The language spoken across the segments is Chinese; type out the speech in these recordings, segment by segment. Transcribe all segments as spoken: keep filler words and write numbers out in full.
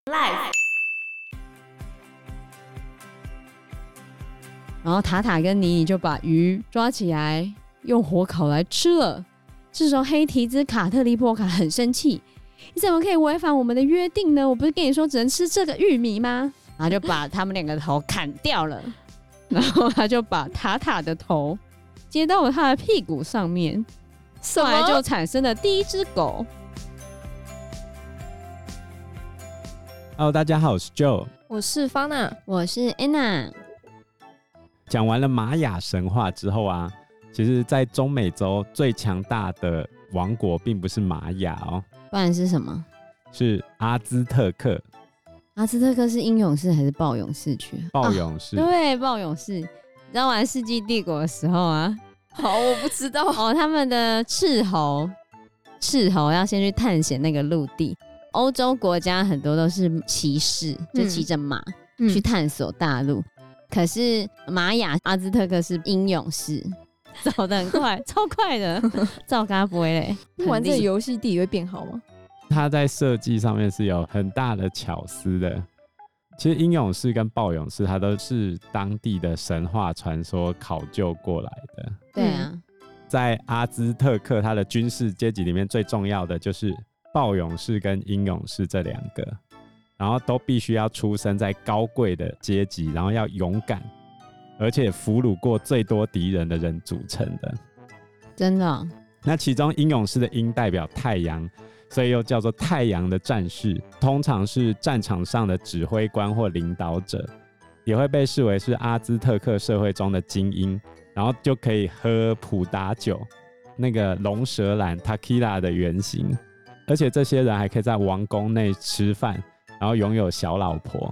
Life。 然后塔塔跟妮妮就把鱼抓起来，用火烤来吃了。这时候黑提兹卡特利波卡很生气，你怎么可以违反我们的约定呢？我不是跟你说只能吃这个玉米吗？然后就把他们两个头砍掉了，然后他就把塔塔的头接到了他的屁股上面，后来就产生了第一只狗。 Hello， 大家好，我是 Joe， 我是方娜， 我是 Anna。 讲完了玛雅神话之后啊，其实在中美洲最强大的王国并不是玛雅哦， 不然是什么？ 是阿兹特克。 阿兹特克是英勇士还是暴勇士区？ 暴勇士、 啊、对，暴勇士。你知道玩世纪帝国的时候啊， 好，我不知道哦，他们的斥候，斥候要先去探险那个陆地。欧洲国家很多都是骑士，就骑着马、嗯、去探索大陆。可是玛雅阿兹特克是英勇士，走得很快，超快的，照嘎不会嘞。 玩这个游戏地理会变好吗？ 它在设计上面是有很大的巧思的。其实英勇士跟暴勇士，它都是当地的神话传说考究过来的。 对啊， 在阿兹特克，它的军事阶级里面最重要的就是暴勇士跟英勇士这两个。然后都必须要出生在高贵的阶级，然后要勇敢，而且俘虏过最多敌人的人组成的。 真的、哦？ 那其中英勇士的英代表太阳，所以又叫做太阳的战士，通常是战场上的指挥官或领导者，也会被视为是阿兹特克社会中的精英，然后就可以喝普达酒，那个龙舌兰 Tequila 的原型。而且这些人还可以在王宫内吃饭，然后拥有小老婆。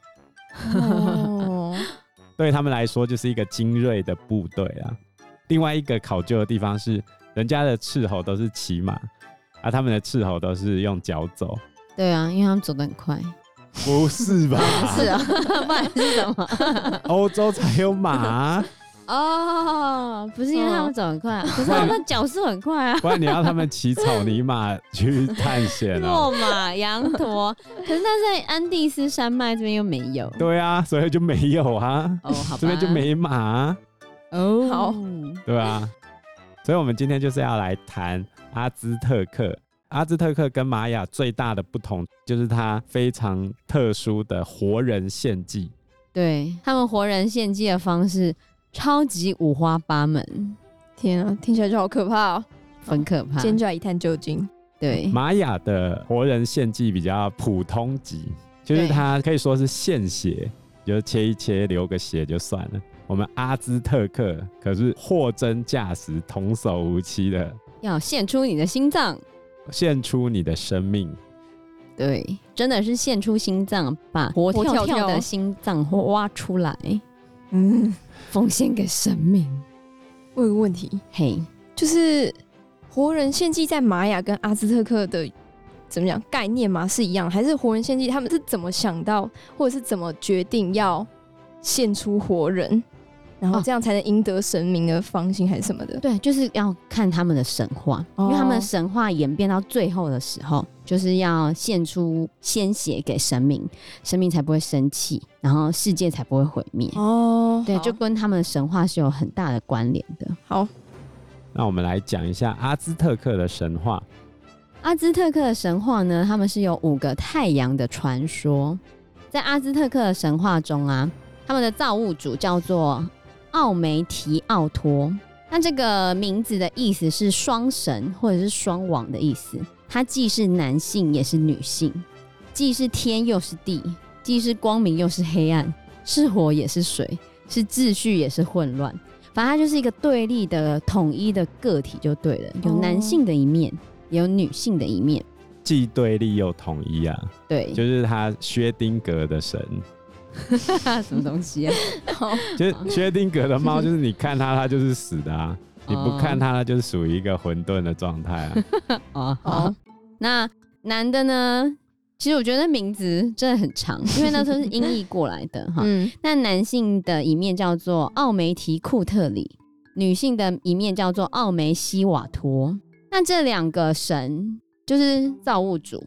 哦， 对他们来说就是一个精锐的部队啊。另外一个考究的地方是，人家的斥候都是骑马，而、啊、他们的斥候都是用脚走。 对啊，因为他们走得很快。 不是吧？ 不是啊，不然是什么？ 欧洲才有马、啊。 哦，不是因为他们走很快、啊，可是他们脚速很快啊。 不然你要他们骑草泥马去探险啊？ 骆马、羊驼，可是那在安第斯山脉这边又没有。 对啊，所以就没有啊。 哦，好吧， 这边就没马、啊。 哦， 好， 对啊。所以我们今天就是要来谈阿兹特克。阿兹特克跟玛雅最大的不同就是它非常特殊的活人献祭。 对，他们活人献祭的方式超级五花八门。 天啊，听起来就好可怕哦， 很可怕。 今天就来一探究竟。 对， 玛雅的活人献祭比较普通级，就是它可以说是献血，就切一切流个血就算了。我们阿兹特克可是货真价实、童叟无欺的， 要献出你的心脏， 献出你的生命。 对，真的是献出心脏，把活跳跳的心脏挖出来，嗯，奉献给生命。 我有个问题， 嘿， 就是活人献祭在玛雅跟阿兹特克的怎么讲概念吗？是一样，还是活人献祭他们是怎么想到，或者是怎么决定要献出活人？然后这样才能赢得神明的芳心还是什么的？ 对，就是要看他们的神话、哦、因为他们的神话演变到最后的时候，就是要献出鲜血给神明，神明才不会生气，然后世界才不会毁灭。 哦， 对，就跟他们的神话是有很大的关联的。 好， 那我们来讲一下阿兹特克的神话。 阿兹特克的神话呢，他们是有五个太阳的传说。在阿兹特克的神话中啊，他们的造物主叫做奥梅提奥托，那这个名字的意思是双神或者是双王的意思。他既是男性也是女性，既是天又是地，既是光明又是黑暗，是火也是水，是秩序也是混乱。反正他就是一个对立的统一的个体就对了，有男性的一面、哦、也有女性的一面， 既对立又统一啊。 对， 就是他薛丁格的神。 什么东西啊？ 就是薛丁格的猫，就是你看它，它就是死的啊；你不看它，它就是属于一个混沌的状态啊。 哦，好。那男的呢？其实我觉得名字真的很长，因为那都是音译过来的哈。嗯，那男性的一面叫做奥梅提库特里，女性的一面叫做奥梅西瓦托。那这两个神就是造物主。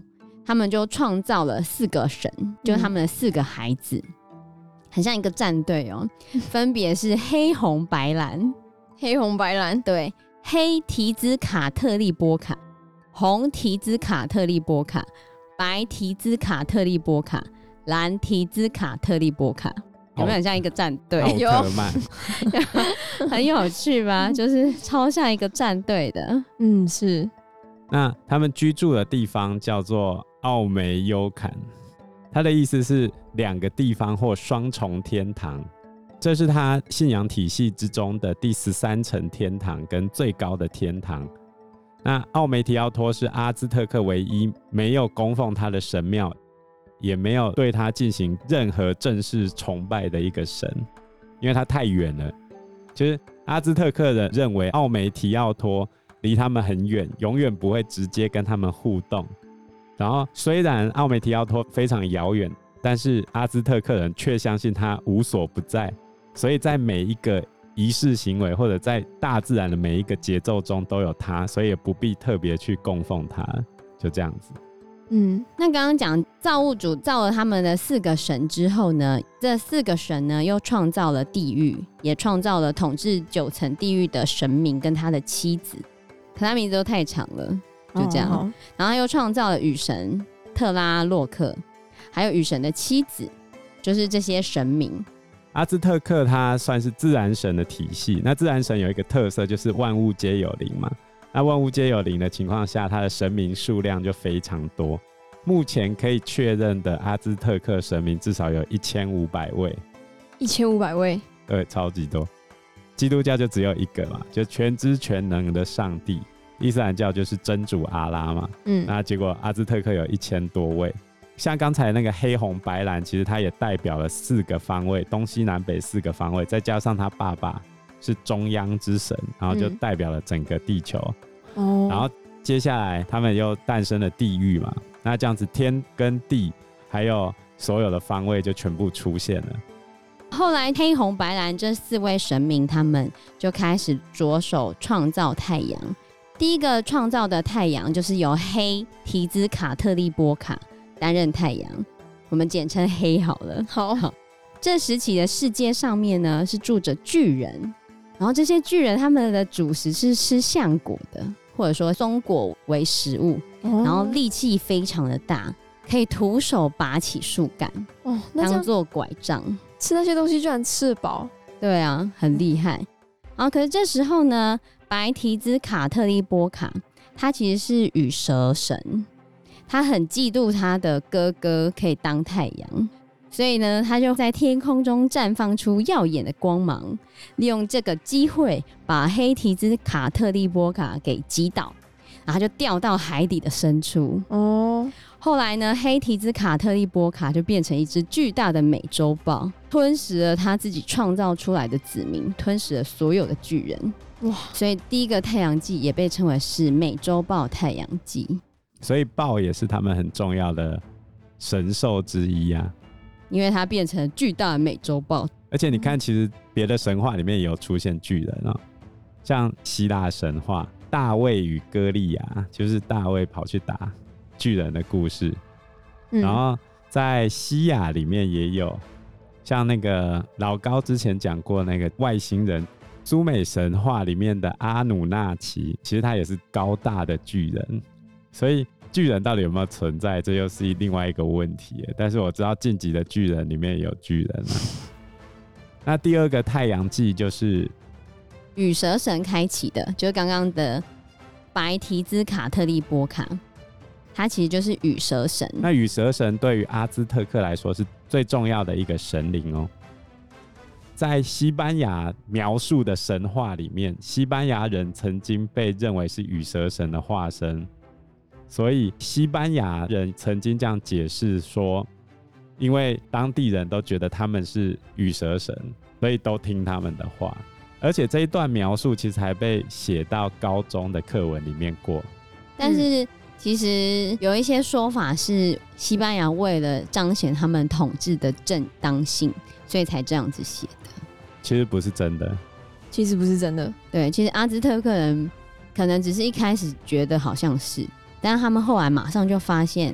他们就创造了四个神，就是他们的四个孩子，很像一个战队哦，分别是黑红白蓝， 黑红白蓝， 对，黑提兹卡特利波卡，红提兹卡特利波卡，白提兹卡特利波卡，蓝提兹卡特利波卡，有没有很像一个战队？ 奥特曼很有趣吧？就是超像一个战队的。 嗯，是。 那他们居住的地方叫做奥梅优坎，它的意思是两个地方或双重天堂，这是他信仰体系之中的第十三层天堂跟最高的天堂。那奥梅提奥托是阿兹特克唯一没有供奉他的神庙，也没有对他进行任何正式崇拜的一个神，因为他太远了。就是阿兹特克人认为奥梅提奥托离他们很远，永远不会直接跟他们互动。然后虽然奥梅提奥托非常遥远，但是阿兹特克人却相信他无所不在，所以在每一个仪式行为或者在大自然的每一个节奏中都有他，所以也不必特别去供奉他，就这样子。 嗯， 那刚刚讲造物主造了他们的四个神之后呢，这四个神呢又创造了地狱，也创造了统治九层地狱的神明跟他的妻子，可他名字都太长了，就这样。 哦、 然后他又创造了雨神特拉洛克，还有雨神的妻子，就是这些神明。 阿兹特克它算是自然神的体系，那自然神有一个特色就是万物皆有灵嘛。那万物皆有灵的情况下，它的神明数量就非常多。目前可以确认的阿兹特克神明至少有一千五百位， 一千五百位， 对，超级多。基督教就只有一个嘛，就全知全能的上帝。伊斯兰教就是真主阿拉嘛，嗯，那结果阿兹特克有一千多位。像刚才那个黑红白蓝，其实它也代表了四个方位，东西南北四个方位，再加上他爸爸是中央之神，然后就代表了整个地球。哦、嗯，然后接下来他们又诞生了地狱嘛，那这样子天跟地还有所有的方位就全部出现了。 后来黑红白蓝这四位神明，他们就开始着手创造太阳。第一个创造的太阳就是由黑提兹卡特利波卡担任太阳，我们简称黑好了。 好，好， 这时期的世界上面呢是住着巨人，然后这些巨人他们的主食是吃橡果的，或者说松果为食物，哦、然后力气非常的大，可以徒手拔起树干，哦，当做拐杖。 吃那些东西居然吃得饱， 对啊，很厉害。然后可是这时候呢，白提兹卡特利波卡他其实是羽蛇神，他很嫉妒他的哥哥可以当太阳，所以呢他就在天空中绽放出耀眼的光芒，利用这个机会把黑提兹卡特利波卡给击倒，然后就掉到海底的深处。哦，后来呢，黑提兹卡特利波卡就变成一只巨大的美洲豹，吞噬了他自己创造出来的子民，吞噬了所有的巨人。哇！所以第一个太阳纪也被称为是美洲豹太阳纪。 所以豹也是他们很重要的神兽之一啊， 因为它变成巨大的美洲豹。 而且你看，其实别的神话里面也有出现巨人啊、哦，像希腊神话大卫与歌利亚，就是大卫跑去打巨人的故事。嗯、然后在西亚里面也有，像那个老高之前讲过那个外星人，苏美神话里面的阿努纳奇，其实他也是高大的巨人。所以巨人到底有没有存在，这又是另外一个问题。但是我知道晋级的巨人里面有巨人、啊、那第二个太阳纪就是羽蛇神开启的，就是刚刚的白提兹卡特利波卡，他其实就是羽蛇神。 那羽蛇神对于阿兹特克来说是最重要的一个神灵哦。在西班牙描述的神话里面，西班牙人曾经被认为是羽蛇神的化身，所以西班牙人曾经这样解释说，因为当地人都觉得他们是羽蛇神，所以都听他们的话。而且这一段描述其实还被写到高中的课文里面过。 但是其实有一些说法是西班牙为了彰显他们统治的正当性，所以才这样子写的。 其实不是真的， 其实不是真的。 对，其实阿兹特克人可能只是一开始觉得好像是，但是他们后来马上就发现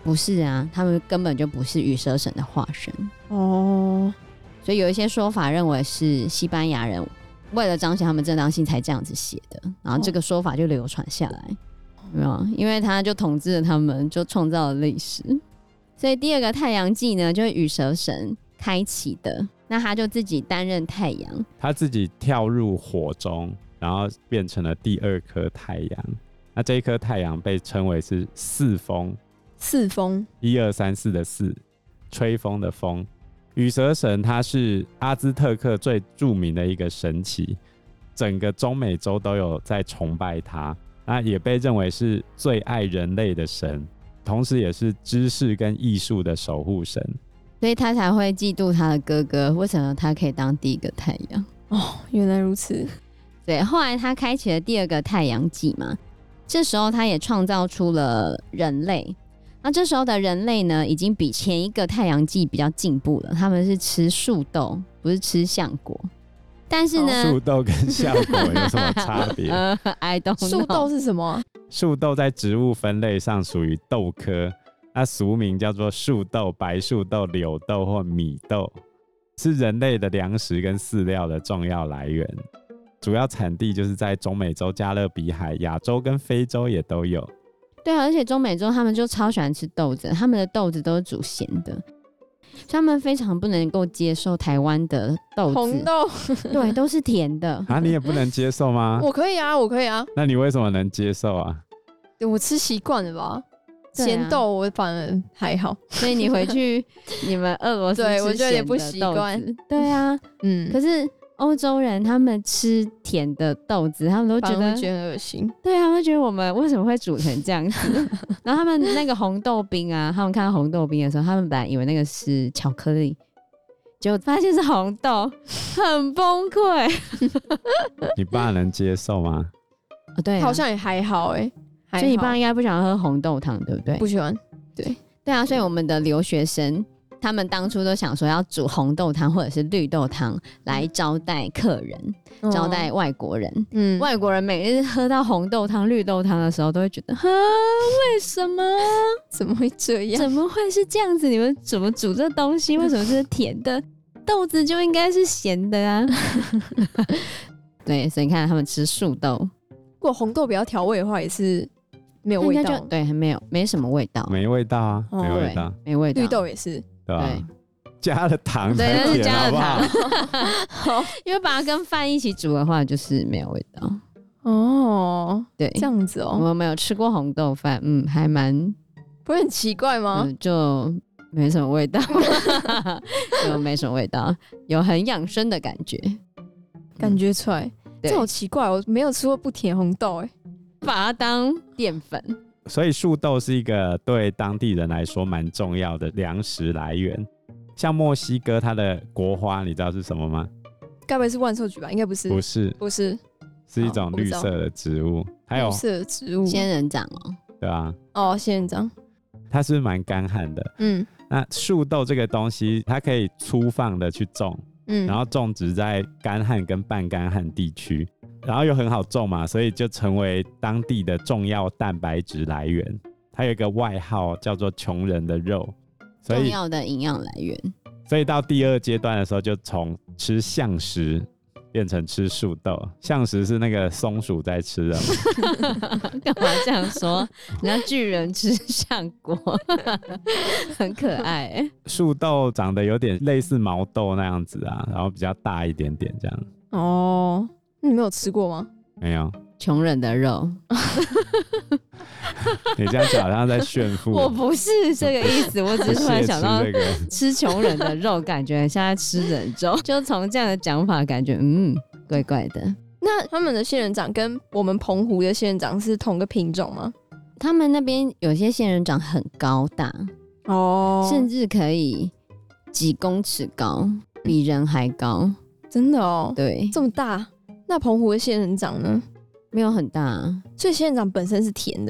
不是啊，他们根本就不是羽蛇神的化身哦。 所以有一些说法认为是西班牙人为了彰显他们正当性才这样子写的，然后这个说法就流传下来，有没有？因为他就统治了他们，就创造了历史。所以第二个太阳纪呢，就是羽蛇神开启的，那他就自己担任太阳， 他自己跳入火中，然后变成了第二颗太阳。那这一颗太阳被称为是四风， 四风， 一二三四的四，吹风的风。羽蛇神他是阿兹特克最著名的一个神祇，整个中美洲都有在崇拜他，那也被认为是最爱人类的神，同时也是知识跟艺术的守护神， 所以他才会嫉妒他的哥哥，为什么他可以当第一个太阳？ 哦，原来如此。 对，后来他开启了第二个太阳纪嘛，这时候他也创造出了人类。那这时候的人类呢，已经比前一个太阳纪比较进步了，他们是吃树豆，不是吃橡果。但是呢， 树豆跟橡果有什么差别？ 呃 I don't know。 树豆是什么？ 树豆在植物分类上属于豆科，那俗名叫做树豆、白树豆、柳豆或米豆，是人类的粮食跟饲料的重要来源。主要产地就是在中美洲加勒比海、亚洲跟非洲也都有。 对啊，而且中美洲他们就超喜欢吃豆子，他们的豆子都是煮咸的，所以他们非常不能够接受台湾的豆子， 红豆， 对，都是甜的。 啊，你也不能接受吗？ 我可以啊，我可以啊， 那你为什么能接受啊？ 我吃习惯了吧。 对啊咸豆我反而还好， 所以你回去你们俄罗斯对我吃觉得也不咸的豆习惯子。对啊， 嗯， 可是欧洲人他们吃甜的豆子，他们都觉得反而会觉得很恶心。 对，他们觉得我们为什么会煮成这样子？然后他们那个红豆冰啊，他们看到红豆冰的时候，他们本来以为那个是巧克力，结果发现是红豆，很崩溃。 你爸能接受吗？ 哦，对啊， 好像也还好哎、欸， 所以你爸应该不喜欢喝红豆汤，对不对？ 不喜欢。对对啊，所以我们的留学生他们当初都想说要煮红豆汤或者是绿豆汤来招待客人、 嗯招待外国人。 嗯， 外国人每日喝到红豆汤、绿豆汤的时候，都会觉得哈，为什么？ 怎么会这样？ 怎么会是这样子？你们怎么煮这东西？为什么是甜的？豆子就应该是咸的啊！对，所以你看他们吃树豆， 如果红豆比较调味的话，也是没有味道应该就。对，没有没什么味道， 没味道啊， 哦没味道， 对没味道。 绿豆也是， 对吧、 对加了糖对，那是才甜， 加了好不糖好？， 因为把它跟饭一起煮的话，就是没有味道。 哦， 对， 这样子哦， 我没有吃过红豆饭，嗯，还蛮， 不会很奇怪吗？ 嗯，就没什么味道，就没什么味道，有很养生的感觉， 感觉出来， 对这好奇怪，我没有吃过不甜红豆哎、 把它当淀粉。 所以树豆是一个对当地人来说蛮重要的粮食来源。像墨西哥，它的国花你知道是什么吗？ 该不会是万寿菊吧？应该不是， 不是， 不是是一种哦我不知道绿色的植物。还有绿，色的植物仙人掌哦， 对啊， 哦，仙人掌， 它是蛮干旱的。 嗯那树豆这个东西，它可以粗放的去种， 嗯， 然后种植在干旱跟半干旱地区，然后又很好种嘛，所以就成为当地的重要蛋白质来源。它有一个外号叫做穷人的肉，所重以要的营养来源。 所以到第二阶段的时候，就从吃橡实变成吃树豆。橡实是那个松鼠在吃的嘛， 干嘛这样说？人家巨人吃橡果，很可爱欸。 树豆长得有点类似毛豆那样子啊，然后比较大一点点这样。 哦，你没有吃过吗？ 没有， 穷人的肉， 你这样讲好像在炫富。 我不是这个意思，我只是突然想到不屑吃这个吃穷人的肉，感觉现在吃人肉，就从这样的讲法，感觉嗯，怪怪的。 那他们的仙人掌跟我们澎湖的仙人掌是同个品种吗？ 他们那边有些仙人掌很高大， 哦甚至可以几公尺高，比人还高。 真的哦， 对， 这么大。那澎湖的仙人掌呢？ 没有很大啊， 所以仙人掌本身是甜的。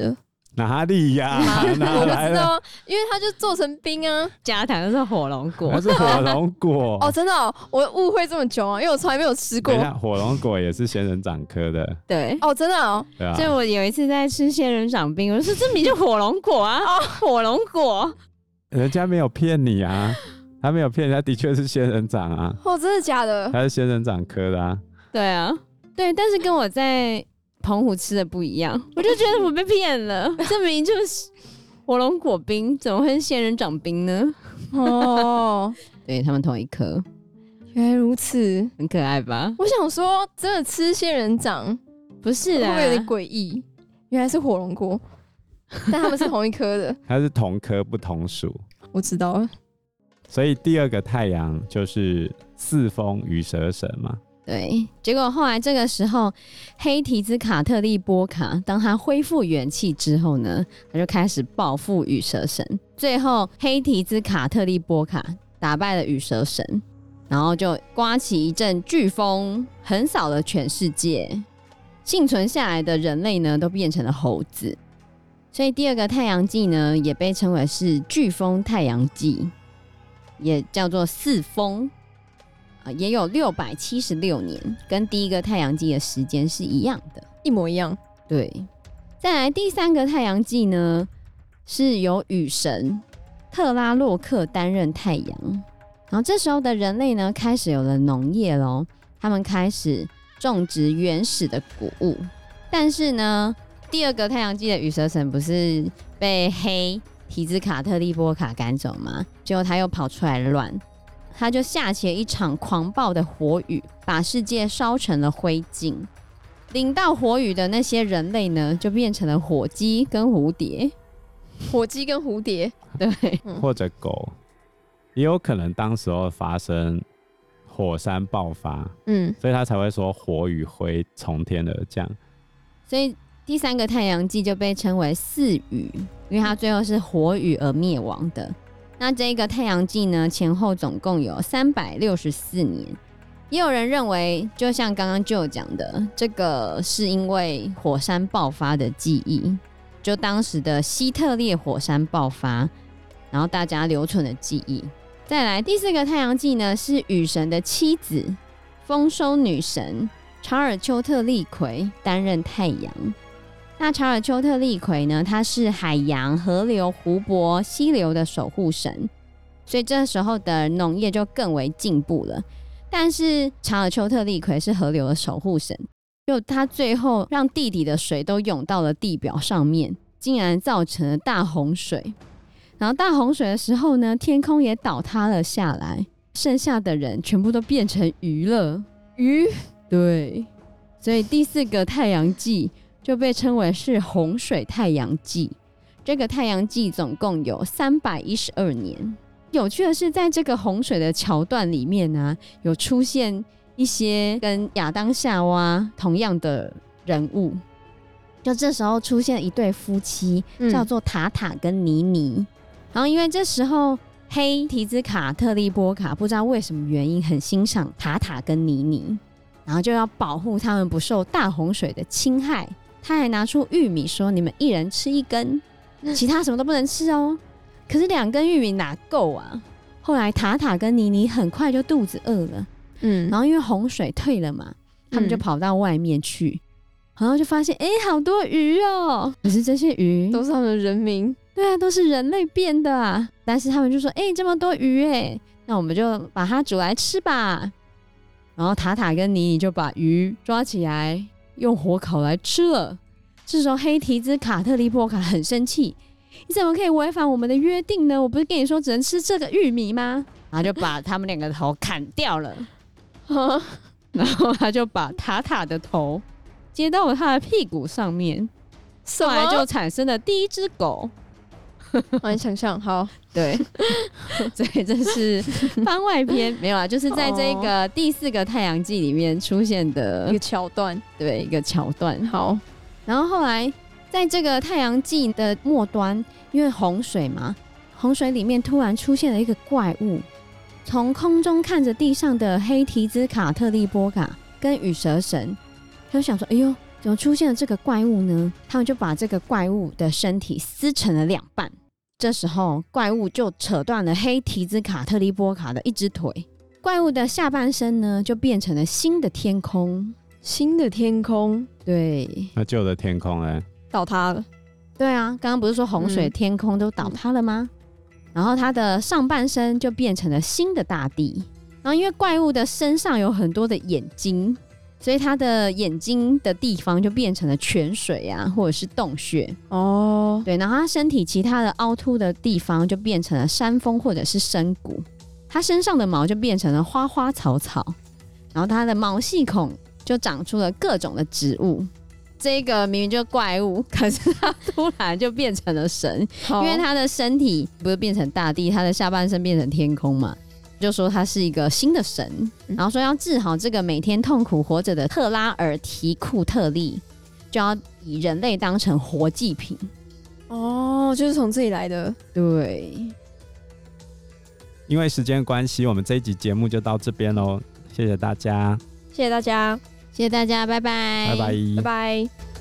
哪里呀、 啊哪我不来的？ 知道，因为它就做成冰啊。 加糖是火龙果那，是火龙果哦，真的、哦，我误会这么久啊，因为我从来没有吃过等一。下，火龙果也是仙人掌科的， 对。 哦，真的哦， 对啊所以。我有一次在吃仙人掌冰，我就说这名就火龙果啊，火龙果。 人家没有骗你啊，他没有骗人，他的确是仙人掌啊， 哦，真的假的？ 他是仙人掌科的啊。 对啊，对，但是跟我在澎湖吃的不一样，我就觉得我被骗了，这明明就是火龙果冰，怎么会是仙人掌冰呢？ 哦， 对他们同一颗， 原来如此。 很可爱吧？ 我想说，真的吃仙人掌不是啊， 会不会有点诡异？原来是火龙果，但他们是同一颗的。 它是同科不同属， 我知道了。 所以第二个太阳就是四风羽蛇神嘛。 对，结果后来这个时候，黑提兹卡特利波卡当他恢复元气之后呢，他就开始报复羽蛇神。最后，黑提兹卡特利波卡打败了羽蛇神，然后就刮起一阵飓风，横扫了全世界。幸存下来的人类呢，都变成了猴子。所以第二个太阳纪呢，也被称为是飓风太阳纪，也叫做四风。也有六百七十六年，跟第一个太阳纪的时间是一样的， 一模一样。 对，再来第三个太阳纪呢，是由雨神特拉洛克担任太阳。然后这时候的人类呢，开始有了农业咯，他们开始种植原始的谷物。但是呢，第二个太阳纪的羽蛇神不是被黑提兹卡特利波卡赶走吗？结果他又跑出来乱。他就下起了一场狂暴的火雨，把世界烧成了灰烬。领到火雨的那些人类呢，就变成了火鸡跟蝴蝶。 火鸡跟蝴蝶， 对， 或者狗，也有可能当时候发生火山爆发， 嗯， 所以他才会说火与灰从天而降。 所以第三个太阳纪就被称为四雨，因为它最后是火雨而灭亡的。那这个太阳纪呢，前后总共有三百六十四年。也有人认为，就像刚刚就讲的，这个是因为火山爆发的记忆，就当时的希特烈火山爆发，然后大家留存的记忆。再来第四个太阳纪呢，是雨神的妻子丰收女神查尔丘特利奎担任太阳。那查尔丘特利奎呢，他是海洋、河流、湖泊、溪流的守护神，所以这时候的农业就更为进步了。但是查尔丘特利奎是河流的守护神，就他最后让地底的水都涌到了地表上面，竟然造成了大洪水。然后大洪水的时候呢，天空也倒塌了下来，剩下的人全部都变成鱼了。 鱼， 对，所以第四个太阳纪就被称为是洪水太阳纪。这个太阳纪总共有三百一十二年。有趣的是，在这个洪水的桥段里面呢、啊，有出现一些跟亚当夏娃同样的人物。就这时候出现一对夫妻， 嗯叫做塔塔跟尼尼。然后因为这时候黑提兹卡特利波卡不知道为什么原因很欣赏塔塔跟尼尼，然后就要保护他们不受大洪水的侵害。他还拿出玉米说：“你们一人吃一根，其他什么都不能吃哦。”可是两根玉米哪够啊？后来塔塔跟尼尼很快就肚子饿了， 嗯， 然后因为洪水退了嘛，他们就跑到外面去，然后就发现哎、欸，好多鱼哦。可是这些鱼都是他们的人民， 对啊，都是人类变的啊。但是他们就说：“哎、欸，这么多鱼哎，那我们就把它煮来吃吧。”然后塔塔跟尼尼就把鱼抓起来，用火烤来吃了。这时候黑提兹卡特利波卡很生气。你怎么可以违反我们的约定呢？我不是跟你说只能吃这个玉米吗？然后就把他们两个头砍掉了，然后他就把塔塔的头接到了他的屁股上面，后来就产生了第一只狗。 难想象，好， 对，所以这是番外篇，没有啊，就是在这个第四个太阳纪里面出现的一个桥段， 对，一个桥段。 好， 然后后来。在这个太阳纪的末端，因为洪水嘛，洪水里面突然出现了一个怪物，从空中看着地上的黑提兹卡特利波卡跟羽蛇神，他就想说：“哎呦， 怎么出现了这个怪物呢？他们就把这个怪物的身体撕成了两半。这时候怪物就扯断了黑提兹卡特利波卡的一只腿，怪物的下半身呢就变成了新的天空。 新的天空， 对， 那旧的天空呢？ 倒塌了。 对啊，刚刚不是说洪水、 嗯天空都倒塌了吗？然后它的上半身就变成了新的大地。然后因为怪物的身上有很多的眼睛，所以它的眼睛的地方就变成了泉水啊，或者是洞穴。 哦， 对，然后它身体其他的凹凸的地方就变成了山峰或者是深谷。它身上的毛就变成了花花草草，然后它的毛细孔就长出了各种的植物。这个明明就是怪物，可是它突然就变成了神，因为它的身体不是变成大地，它的下半身变成天空嘛，就说他是一个新的神，然后说要治好这个每天痛苦活着的特拉尔提库特利，就要以人类当成活祭品。 哦，就是从这里来的。 对， 因为时间关系，我们这一集节目就到这边喽，谢谢大家， 谢谢大家， 谢谢大家，拜拜， 拜拜， 拜拜。